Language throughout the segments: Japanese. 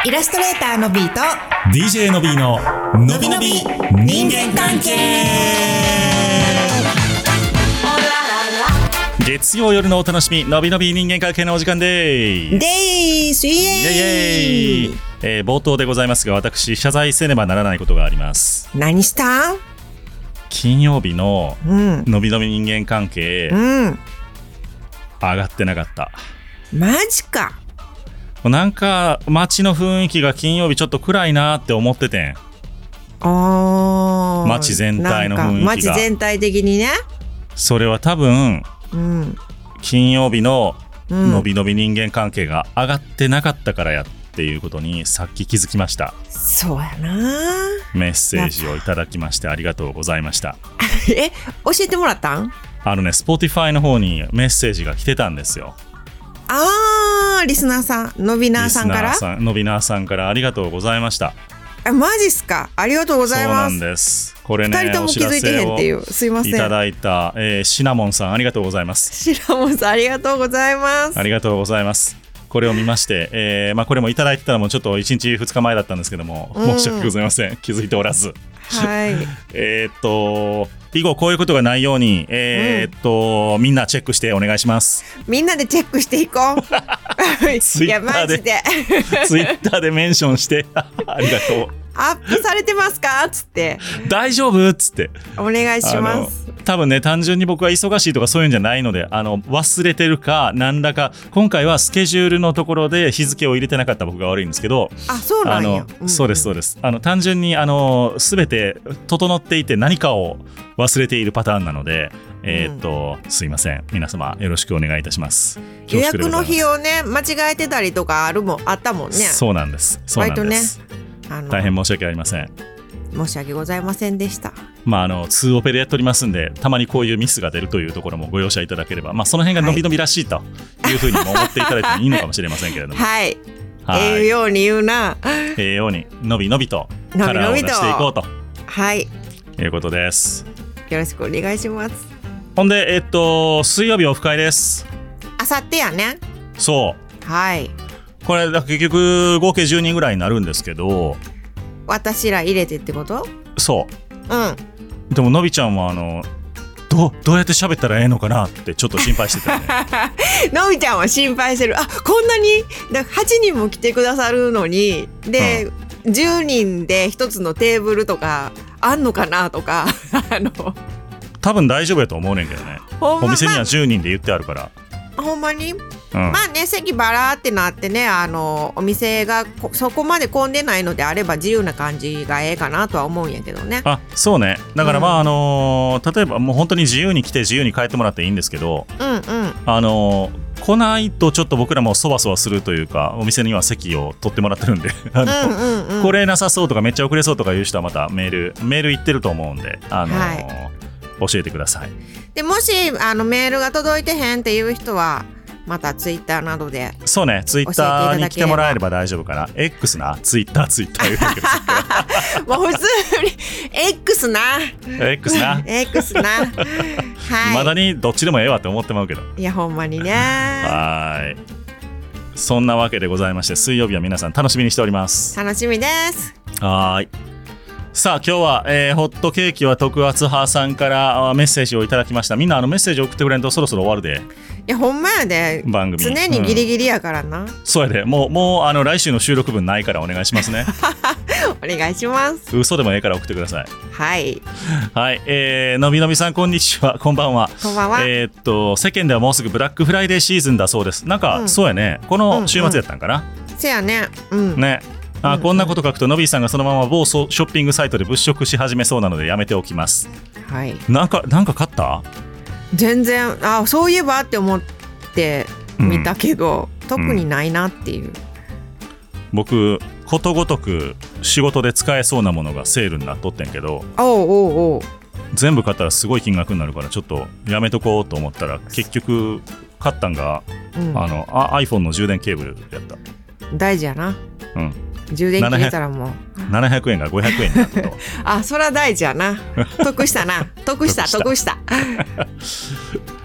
イラストレーターのビーと DJ の B ののびのび人間関係。月曜夜のお楽しみ、のびのび人間関係のお時間でーす。イエーイ。 冒頭でございますが、私謝罪せねばならないことがあります。 何した？ 金曜日ののびのび人間関係、上がってなかった。 マジか。 なんか街の雰囲気が金曜日ちょっと暗いなって思っててん。街全体の雰囲気が、 街全体的にね。 それは多分、金曜日ののびのび人間関係が上がってなかったからやっていうことにさっき気づきました。 そうやな。 メッセージをいただきましてありがとうございました。 教えてもらったん ？Spotify の方にメッセージが来てたんですよ。 リスナーさん、のびなーさんからのびなーさんからありがとうございました。 マジっすか。ありがとうございます。 そうなんです。これね、 2人とも気づいてへんっていう。すいません。 いただいた、シナモンさんありがとうございます。 シナモンさんありがとうございます。 ありがとうございます。これを見まして、これもいただいてたのもちょっっと1日2日前だったんですけども、申し訳ございません。気づいておらず。 はい。 以後こういうことがないように、みんなチェックしてお願いします。 みんなでチェックしていこう。 ツイッターでメンションしてありがとう。 アップされてますかつって大丈夫っつってお願いします。 多分ね、単純に僕は忙しいとかそういうんじゃないので、忘れてるか何らか、今回はスケジュールのところで日付を入れてなかった僕が悪いんですけど、 そうなんや。 そうですそうです。単純に全て整っていて何かを忘れているパターンなので、すいません、皆様よろしくお願いいたします。 予約の日をね間違えてたりとかあったもんね。 そうなんです。そうなんです。大変申し訳ありません。 申し訳ございませんでした。 2オペでやっておりますんで、たまにこういうミスが出るというところもご容赦いただければ、その辺がのびのびらしいというふうにも思っていただいてもいいのかもしれませんけれどもはい、ように言うな。 ようにのびのびとカラーを出していこうということです。 よろしくお願いします。 ほんで水曜日オフ会です。 あさってやね。 そうはい。 これ結局合計10人ぐらいになるんですけど、 私ら入れてってこと？ そう。でものびちゃんはどうやって喋ったらええのかなってちょっと心配してたよね。 のびちゃんは心配してる。こんなに8人も来てくださるのにで、10人で1つのテーブルとかあんのかなとか多分大丈夫やと思うねんけどね。お店には10人で言ってあるから。 ほんまに？席バラってなってね、お店がそこまで混んでないのであれば自由な感じがええかなとは思うんやけどね。 そうね。だから例えばもう本当に自由に来て自由に帰ってもらっていいんですけど、来ないとちょっと僕らもそわそわするというか、お店には席を取ってもらってるんで来れなさそうとかめっちゃ遅れそうとかいう人はまたメール言ってると思うんで、教えてください。 でもしメールが届いてへんっていう人はまたツイッターなどで、 そうね、ツイッターに来てもらえれば大丈夫かな。 X な、ツイッター言うけどもう普通に X なまだにどっちでもええわって思ってまうけど、 いやほんまにね。 はい、そんなわけでございまして、水曜日は皆さん楽しみにしております。 楽しみです。 はい。さあ今日は、ホットケーキは特圧派さんからメッセージをいただきました。みんなメッセージを送ってくれんとそろそろ終わるで。 いやほんまやで、 番組常にギリギリやからな、 そうやで。もう来週の収録分ないからお願いしますね。 お願いします。 嘘でもええから送ってください。 はいはい。のびのびさんこんにちは、こんばんは。 こんばんは。 世間ではもうすぐブラックフライデーシーズンだそうです。なんか、そうやね、この週末やったんかな。 せやね。 ね。こんなこと書くとのびーさんがそのまま某ショッピングサイトで物色し始めそうなのでやめておきます。 はい。 なんか買った？ 全然そういえばって思って見たけど、特にないなっていう。 僕ことごとく仕事で使えそうなものがセールになっとってんけど、全部買ったらすごい金額になるからちょっとやめとこうと思ったら、結局買ったんが、iPhone の充電ケーブルやった。 大事やな。充電切れたらもう 700円が500円になったと。 そら大事やな。得したな。得した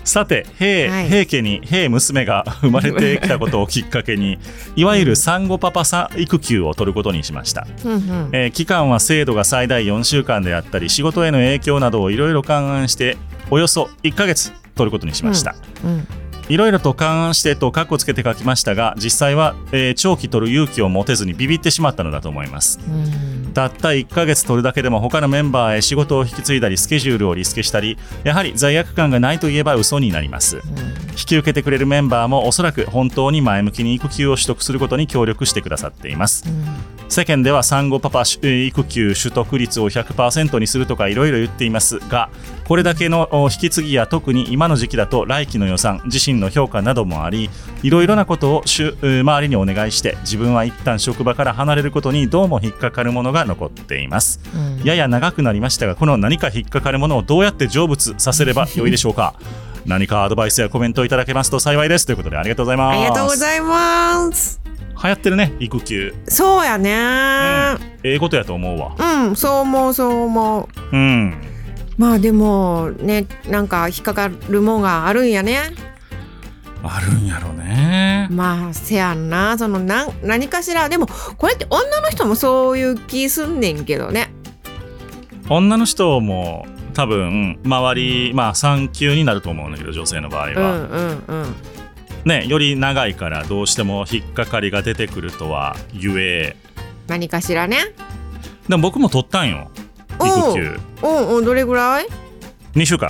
さて平家に娘が生まれてきたことをきっかけにいわゆる産後パパ育休を取ることにしました、期間は制度が最大4週間であったり仕事への影響などをいろいろ勘案しておよそ1ヶ月取ることにしました、いろいろと勘案してとカッコつけて書きましたが実際は、長期取る勇気を持てずにビビってしまったのだと思います、たった1ヶ月取るだけでも他のメンバーへ仕事を引き継いだりスケジュールをリスケしたりやはり罪悪感がないといえば嘘になります、引き受けてくれるメンバーもおそらく本当に前向きに育休を取得することに協力してくださっています、世間では産後パパ育休取得率を 100% にするとかいろいろ言っていますがこれだけの引き継ぎや特に今の時期だと来期の予算自身の評価などもありいろいろなことを周りにお願いして自分は一旦職場から離れることにどうも引っかかるものが残っています、やや長くなりましたがこの何か引っかかるものをどうやって成仏させればよいでしょうか何かアドバイスやコメントいただけますと幸いですということでありがとうございます。 ありがとうございます。 流行ってるね育休。 そうやね、 ええことやと思うわ。 そう思う、まあでもねなんか引っかかるもんがあるんやね。 あるんやろね。 まあせやんなその何かしらでもこれって女の人もそういう気すんねんけどね。 女の人も多分周り産休になると思うんだけど女性の場合は、ね、より長いからどうしても引っかかりが出てくるとはゆえ何かしらね。 でも僕も取ったんよ育休。 どれぐらい ？2週間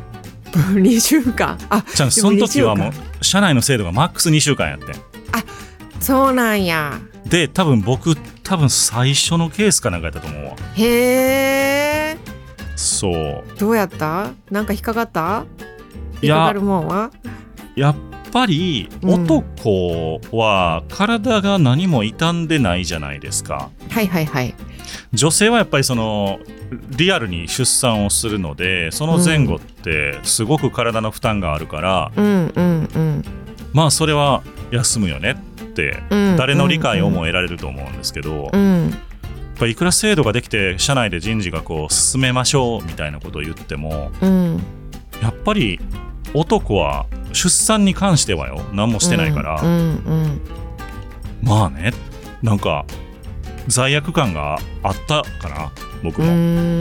2週間じゃあその時はもう社内の制度がマックス2週間やってん。 そうなんや。 で多分最初のケースかなんかやったと思うわ。 へえ。 そうどうやったなんか引っかかった引っかかるもんはやっぱり男は体が何も傷んでないじゃないですか。女性はやっぱりそのリアルに出産をするのでその前後ってすごく体の負担があるから、まあそれは休むよねって誰の理解をも得られると思うんですけど、やっぱいくら制度ができて社内で人事がこう進めましょうみたいなことを言っても、やっぱり男は出産に関してはよ何もしてないから、まあねなんか罪悪感があったかな僕も。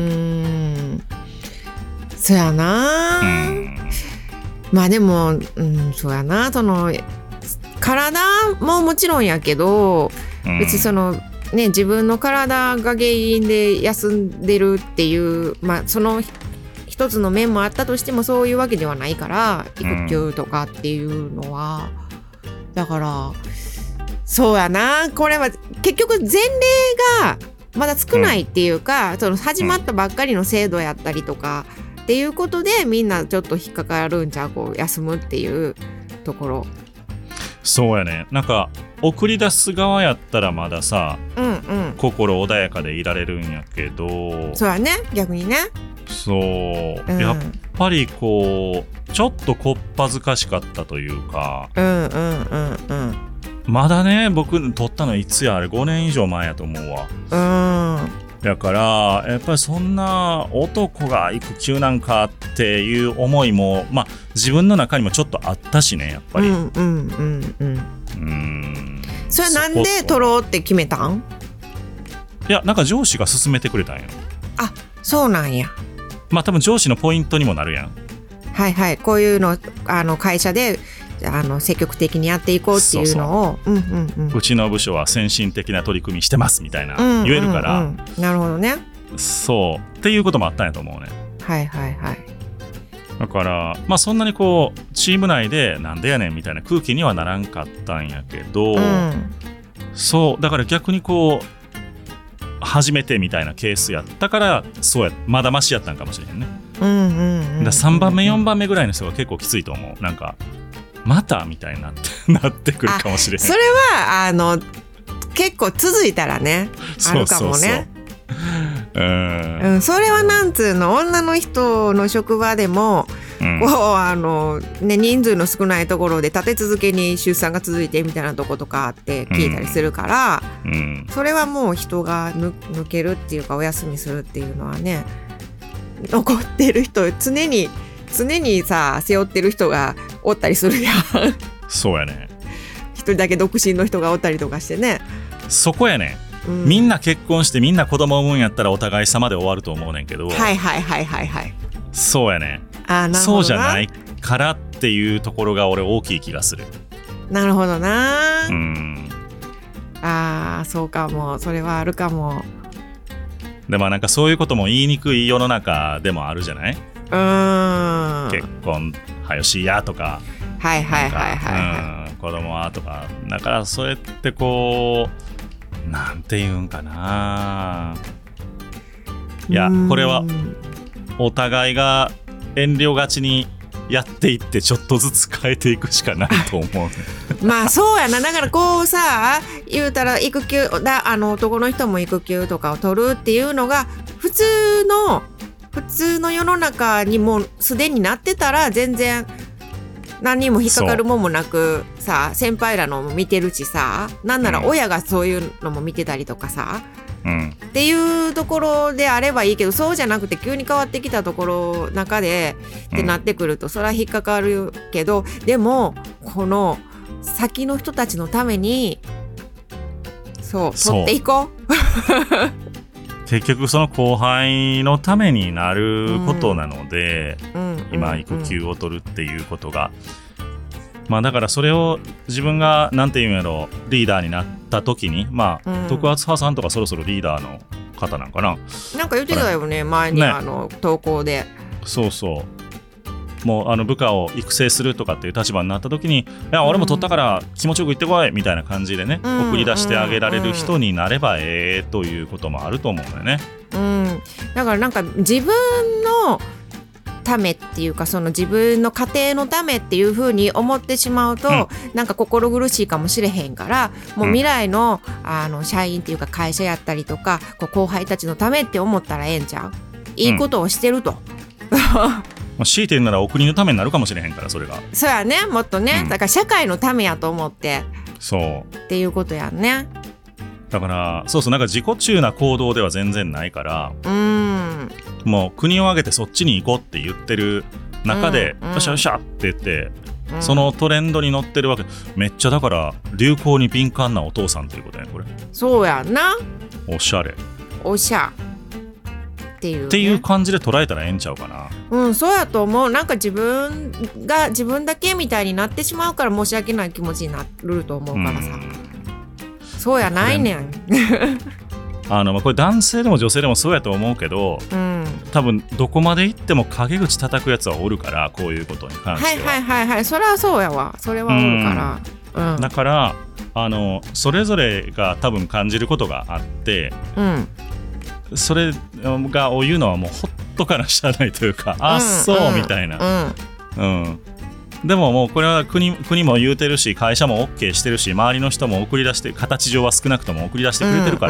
そやな、まあでも、そうやなその体ももちろんやけど、別にそのね自分の体が原因で休んでるっていうその一つの面もあったとしてもそういうわけではないから育休とかっていうのは、だからそうやなこれは結局前例がまだ少ないっていうか、その始まったばっかりの制度やったりとかっていうことでみんなちょっと引っかかるんちゃうこう休むっていうところ。 そうやねなんか送り出す側やったらまださ、心穏やかでいられるんやけど。そうやね逆にね。 そう、やっぱりこうちょっとこっぱずかしかったというか、まだね僕取ったのいつやあれ5年以上前やと思うわ。だからやっぱりそんな男が育休なんかっていう思いも自分の中にもちょっとあったしねやっぱり。それなんで取ろうって決めたん？いやなんか上司が勧めてくれたんよ。そうなんや。多分上司のポイントにもなるやん。こういうの会社で積極的にやっていこうっていうのをうちの部署は先進的な取り組みしてますみたいな言えるから、なるほどね。そうっていうこともあったんやと思うね。だからそんなにこうチーム内でなんでやねんみたいな空気にはならんかったんやけど、そうだから逆にこう初めてみたいなケースやったからまだマシやったんかもしれへんね。3番目4番目ぐらいの人が結構きついと思う。なんかまたみたいになってくるかもしれへん。それは結構続いたらねあるかもね。それはなんつうの女の人の職場でも、こう人数の少ないところで立て続けに出産が続いてみたいなとことかって聞いたりするから、それはもう人が抜けるっていうかお休みするっていうのはね残ってる人常に常にさ背負ってる人がおったりするやんそうやね。 一人だけ独身の人がおったりとかしてね。 そこやね、みんな結婚してみんな子供を産むんやったらお互い様で終わると思うねんけど、 はいはいはいはいはい。 そうやね。 なるほどな。 そうじゃないからっていうところが俺大きい気がする。 なるほどな。そうかも。それはあるかも。 でもなんかそういうことも言いにくい世の中でもあるじゃない。結婚はよしやとか、 はいはいはいはい、 子供はとか、だからそうやってこうなんていうんかな。いやこれはお互いが遠慮がちにやっていってちょっとずつ変えていくしかないと思うまあそうやな。だからこうさ言うたら育休だ、男の人も育休とかを取るっていうのが普通の世の中にもすでになってたら全然何にも引っかかるもんもなくさ、先輩らのも見てるしさ、なんなら親がそういうのも見てたりとかさ、っていうところであればいいけど、そうじゃなくて急に変わってきたところ中でってなってくるとそれは引っかかるけど、でもこの先の人たちのために取っていこう結局その後輩のためになることなので、今育休を取るっていうことが、まあだからそれを自分がなんていうんやろ、リーダーになった時に、徳厚派さんとかそろそろリーダーの方なんかな、 なんか言ってたよね前に、投稿で。そうもう部下を育成するとかっていう立場になった時に、いや俺も取ったから気持ちよく行ってこいみたいな感じでね、送り出してあげられる人になればということもあると思うんだよね。 だからなんか自分のためっていうか、その自分の家庭のためっていう風に思ってしまうと、なんか心苦しいかもしれへんから、もう未来の、社員っていうか会社やったりとか後輩たちのためって思ったらええんちゃう。いいことをしてると、 強いて言うならお国のためになるかもしれへんから、それがそうやね、もっとね、だから社会のためやと思ってっていうことやんね。 だからなんか自己中な行動では全然ないから、もう国を挙げてそっちに行こうって言ってる中で、よっしゃよっしゃって言って、そのトレンドに乗ってるわけ。めっちゃだから流行に敏感なお父さんということやね、これ。 そうやんな。 おしゃれおしゃっていう感じで捉えたらええんちゃうかな。 そうやと思う。なんか自分だけみたいになってしまうから申し訳ない気持ちになると思うからさ。そうやないねんこれ男性でも女性でもそうやと思うけど、多分どこまで行っても陰口叩くやつはおるから、こういうことに関しては。 はいそれはそうやわ。それはおるから、 だからそれぞれが多分感じることがあって、それがを言うのはもうほっとからしゃあないというか、そうみたいな。でももうこれは国も言うてるし、会社も OK してるし、周りの人も送り出して、形上は少なくとも送り出してくれてるから、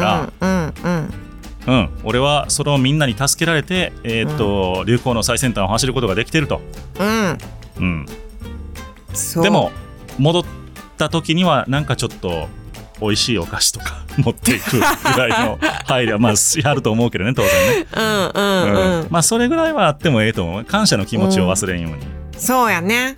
俺はそれをみんなに助けられて、流行の最先端を走ることができてると。でも戻った時にはなんかちょっと美味しいお菓子とか持っていくぐらいの配慮はしはると思うけどね、当然ね。それぐらいはあってもええと思う。感謝の気持ちを忘れんように。 そうやね。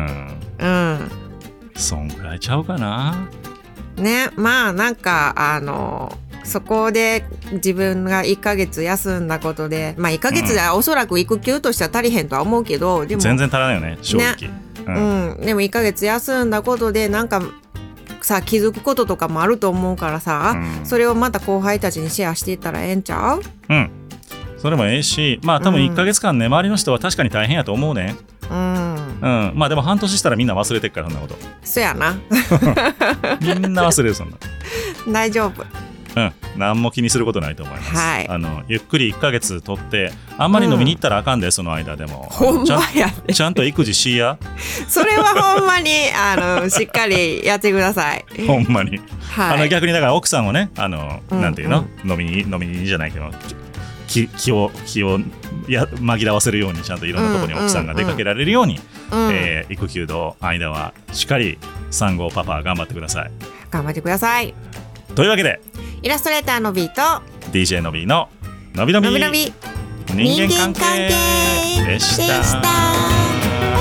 そんぐらいちゃうかな。 ね、なんかそこで自分が1ヶ月休んだことで、1ヶ月ではおそらく育休としては足りへんとは思うけど、でも全然足らないよね、正直。 でも1ヶ月休んだことでなんかさ、気づくこととかもあると思うからさ、それをまた後輩たちにシェアしていったらええんちゃう？ それもええし、多分1ヶ月間ね、周りの人は確かに大変やと思うね。でも半年したらみんな忘れてっから、そんなこと。 そやなみんな忘れる、そんな。 大丈夫。 何も気にすることないと思います。ゆっくり1ヶ月取って、あんまり飲みに行ったらあかんで、その間でも。 ほんまやね。 ちゃんと育児しや。 それはほんまにしっかりやってください。 ほんまに。逆にだから奥さんをね、なんていうの、飲みにじゃないけど、気を紛らわせるように、ちゃんといろんなところに奥さんが出かけられるように、育休の間はしっかり産後パパ頑張ってください。 頑張ってください。 というわけで、 イラストレーターのビーと DJ のビーののびのび人間関係でした。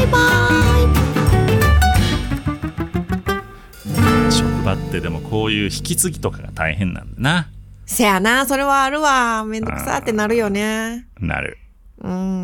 イバイ。職場ってでもこういう引き継ぎとかが大変なんだな。 せやな、それはあるわ。めんどくさってなるよね。 なる。